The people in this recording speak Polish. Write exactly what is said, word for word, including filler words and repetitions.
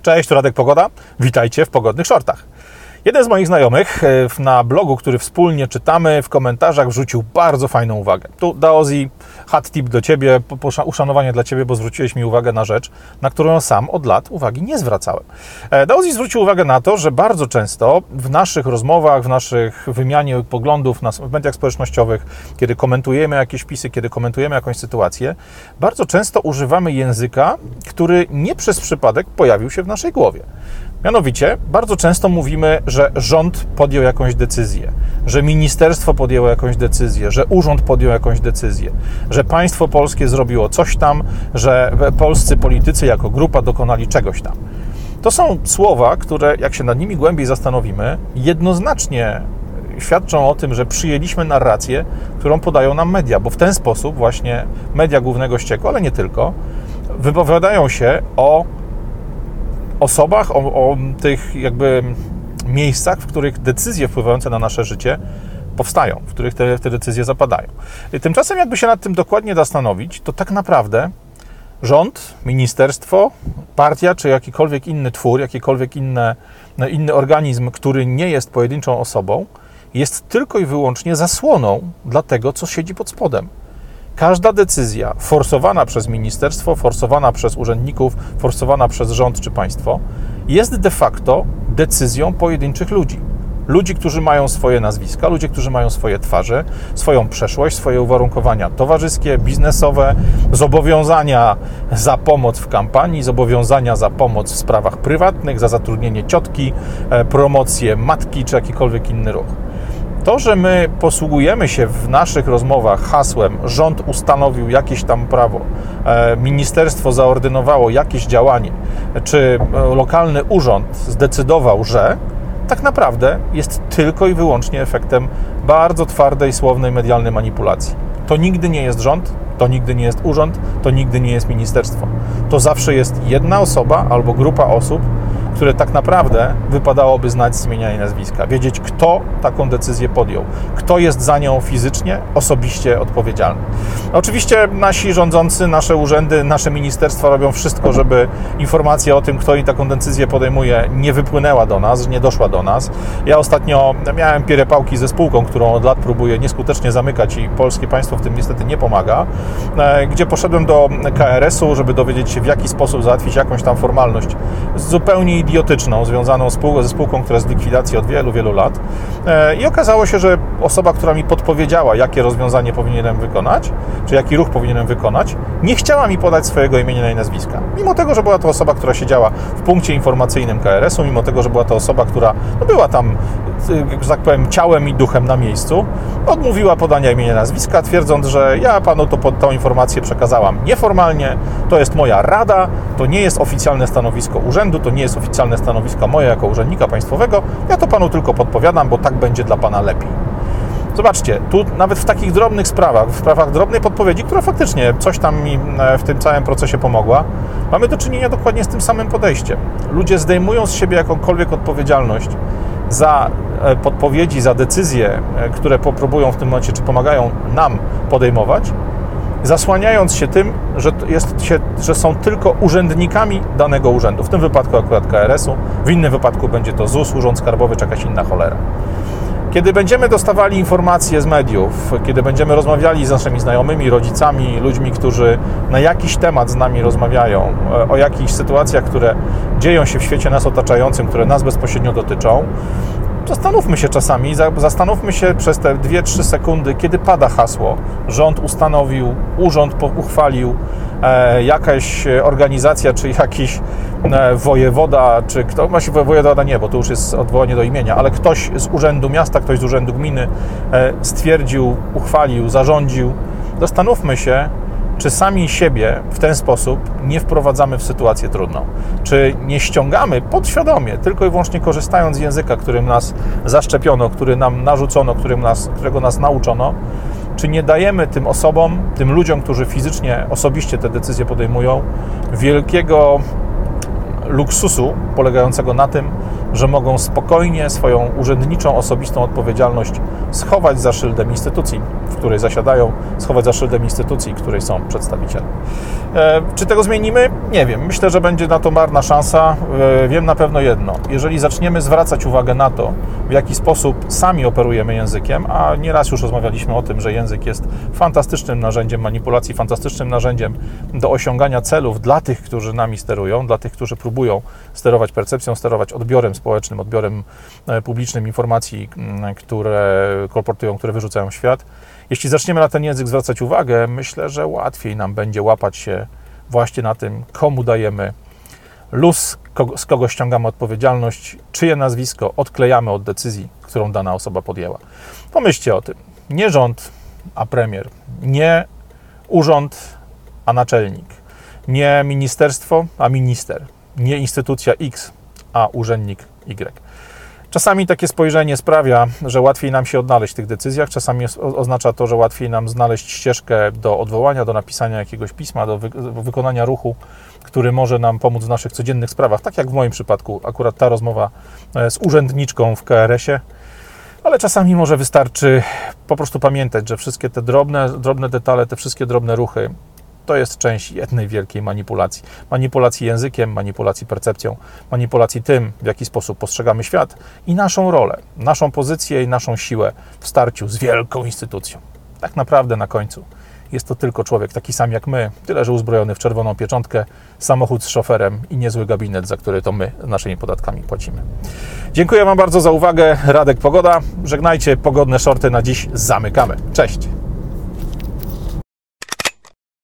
Cześć, tu Radek Pogoda. Witajcie w Pogodnych Shortach. Jeden z moich znajomych na blogu, który wspólnie czytamy, w komentarzach wrzucił bardzo fajną uwagę. Tu Daozi, hat tip do Ciebie, uszanowanie dla Ciebie, bo zwróciłeś mi uwagę na rzecz, na którą sam od lat uwagi nie zwracałem. Daozi zwrócił uwagę na to, że bardzo często w naszych rozmowach, w naszych wymianie poglądów w mediach społecznościowych, kiedy komentujemy jakieś wpisy, kiedy komentujemy jakąś sytuację, bardzo często używamy języka, który nie przez przypadek pojawił się w naszej głowie. Mianowicie, bardzo często mówimy, że rząd podjął jakąś decyzję, że ministerstwo podjęło jakąś decyzję, że urząd podjął jakąś decyzję, że państwo polskie zrobiło coś tam, że polscy politycy jako grupa dokonali czegoś tam. To są słowa, które, jak się nad nimi głębiej zastanowimy, jednoznacznie świadczą o tym, że przyjęliśmy narrację, którą podają nam media, bo w ten sposób właśnie media głównego ścieku, ale nie tylko, wypowiadają się o osobach, o, o tych jakby miejscach, w których decyzje wpływające na nasze życie powstają, w których te, te decyzje zapadają. I tymczasem jakby się nad tym dokładnie zastanowić, to tak naprawdę rząd, ministerstwo, partia, czy jakikolwiek inny twór, jakikolwiek inne, inny organizm, który nie jest pojedynczą osobą, jest tylko i wyłącznie zasłoną dla tego, co siedzi pod spodem. Każda decyzja forsowana przez ministerstwo, forsowana przez urzędników, forsowana przez rząd czy państwo jest de facto decyzją pojedynczych ludzi. Ludzi, którzy mają swoje nazwiska, ludzie, którzy mają swoje twarze, swoją przeszłość, swoje uwarunkowania towarzyskie, biznesowe, zobowiązania za pomoc w kampanii, zobowiązania za pomoc w sprawach prywatnych, za zatrudnienie ciotki, promocję matki czy jakikolwiek inny ruch. To, że my posługujemy się w naszych rozmowach hasłem rząd ustanowił jakieś tam prawo, ministerstwo zaordynowało jakieś działanie, czy lokalny urząd zdecydował, że tak naprawdę jest tylko i wyłącznie efektem bardzo twardej, słownej, medialnej manipulacji. To nigdy nie jest rząd, to nigdy nie jest urząd, to nigdy nie jest ministerstwo. To zawsze jest jedna osoba albo grupa osób, które tak naprawdę wypadałoby znać z imienia i nazwiska. Wiedzieć, kto taką decyzję podjął. Kto jest za nią fizycznie, osobiście odpowiedzialny. Oczywiście nasi rządzący, nasze urzędy, nasze ministerstwa robią wszystko, żeby informacja o tym, kto i taką decyzję podejmuje, nie wypłynęła do nas, nie doszła do nas. Ja ostatnio miałem pierepałki ze spółką, którą od lat próbuję nieskutecznie zamykać i polskie państwo w tym niestety nie pomaga, gdzie poszedłem do K R S u, żeby dowiedzieć się, w jaki sposób załatwić jakąś tam formalność zupełnie idiotyczną, związaną ze spółką, która jest w likwidacji od wielu, wielu lat. I okazało się, że osoba, która mi podpowiedziała, jakie rozwiązanie powinienem wykonać, czy jaki ruch powinienem wykonać, nie chciała mi podać swojego imienia i nazwiska. Mimo tego, że była to osoba, która siedziała w punkcie informacyjnym K R S u, mimo tego, że była to osoba, która no, była tam, że tak powiem, ciałem i duchem na miejscu, odmówiła podania imienia i nazwiska, twierdząc, że ja panu to, tą informację przekazałam nieformalnie, to jest moja rada, to nie jest oficjalne stanowisko urzędu, to nie jest oficjalne stanowisko moje jako urzędnika państwowego, ja to panu tylko podpowiadam, bo tak będzie dla pana lepiej. Zobaczcie, tu nawet w takich drobnych sprawach, w sprawach drobnej podpowiedzi, która faktycznie coś tam mi w tym całym procesie pomogła, mamy do czynienia dokładnie z tym samym podejściem. Ludzie zdejmują z siebie jakąkolwiek odpowiedzialność za podpowiedzi, za decyzje, które próbują w tym momencie, czy pomagają nam podejmować, zasłaniając się tym, że, jest się, że są tylko urzędnikami danego urzędu. W tym wypadku akurat K R S u, w innym wypadku będzie to Z U S, Urząd Skarbowy czy jakaś inna cholera. Kiedy będziemy dostawali informacje z mediów, kiedy będziemy rozmawiali z naszymi znajomymi, rodzicami, ludźmi, którzy na jakiś temat z nami rozmawiają, o jakichś sytuacjach, które dzieją się w świecie nas otaczającym, które nas bezpośrednio dotyczą, zastanówmy się czasami, zastanówmy się przez te dwie trzy sekundy, kiedy pada hasło, rząd ustanowił, urząd uchwalił, e, jakaś organizacja, czy jakiś e, wojewoda, czy kto, właściwie wojewoda nie, bo to już jest odwołanie do imienia, ale ktoś z urzędu miasta, ktoś z urzędu gminy e, stwierdził, uchwalił, zarządził. Zastanówmy się, czy sami siebie w ten sposób nie wprowadzamy w sytuację trudną? Czy nie ściągamy podświadomie, tylko i wyłącznie korzystając z języka, którym nas zaszczepiono, który nam narzucono, którym nas, którego nas nauczono, czy nie dajemy tym osobom, tym ludziom, którzy fizycznie, osobiście te decyzje podejmują, wielkiego luksusu polegającego na tym, że mogą spokojnie swoją urzędniczą, osobistą odpowiedzialność schować za szyldem instytucji, w której zasiadają, schować za szyldem instytucji, której są przedstawicielem. E, czy tego zmienimy? Nie wiem. Myślę, że będzie na to marna szansa. E, wiem na pewno jedno. Jeżeli zaczniemy zwracać uwagę na to, w jaki sposób sami operujemy językiem, a nieraz już rozmawialiśmy o tym, że język jest fantastycznym narzędziem manipulacji, fantastycznym narzędziem do osiągania celów dla tych, którzy nami sterują, dla tych, którzy próbują sterować percepcją, sterować odbiorem społecznym, odbiorem publicznym informacji, które kolportują, które wyrzucają w świat. Jeśli zaczniemy na ten język zwracać uwagę, myślę, że łatwiej nam będzie łapać się właśnie na tym, komu dajemy luz, z kogo ściągamy odpowiedzialność, czyje nazwisko odklejamy od decyzji, którą dana osoba podjęła. Pomyślcie o tym. Nie rząd, a premier. Nie urząd, a naczelnik. Nie ministerstwo, a minister. Nie instytucja X, a urzędnik Y. Czasami takie spojrzenie sprawia, że łatwiej nam się odnaleźć w tych decyzjach, czasami oznacza to, że łatwiej nam znaleźć ścieżkę do odwołania, do napisania jakiegoś pisma, do wy wykonania ruchu, który może nam pomóc w naszych codziennych sprawach, tak jak w moim przypadku, akurat ta rozmowa z urzędniczką w K R S ie, ale czasami może wystarczy po prostu pamiętać, że wszystkie te drobne, drobne detale, te wszystkie drobne ruchy to jest część jednej wielkiej manipulacji. Manipulacji językiem, manipulacji percepcją, manipulacji tym, w jaki sposób postrzegamy świat i naszą rolę, naszą pozycję i naszą siłę w starciu z wielką instytucją. Tak naprawdę na końcu jest to tylko człowiek taki sam jak my, tyle że uzbrojony w czerwoną pieczątkę, samochód z szoferem i niezły gabinet, za który to my naszymi podatkami płacimy. Dziękuję Wam bardzo za uwagę. Radek Pogoda. Żegnajcie, pogodne shorty na dziś zamykamy. Cześć!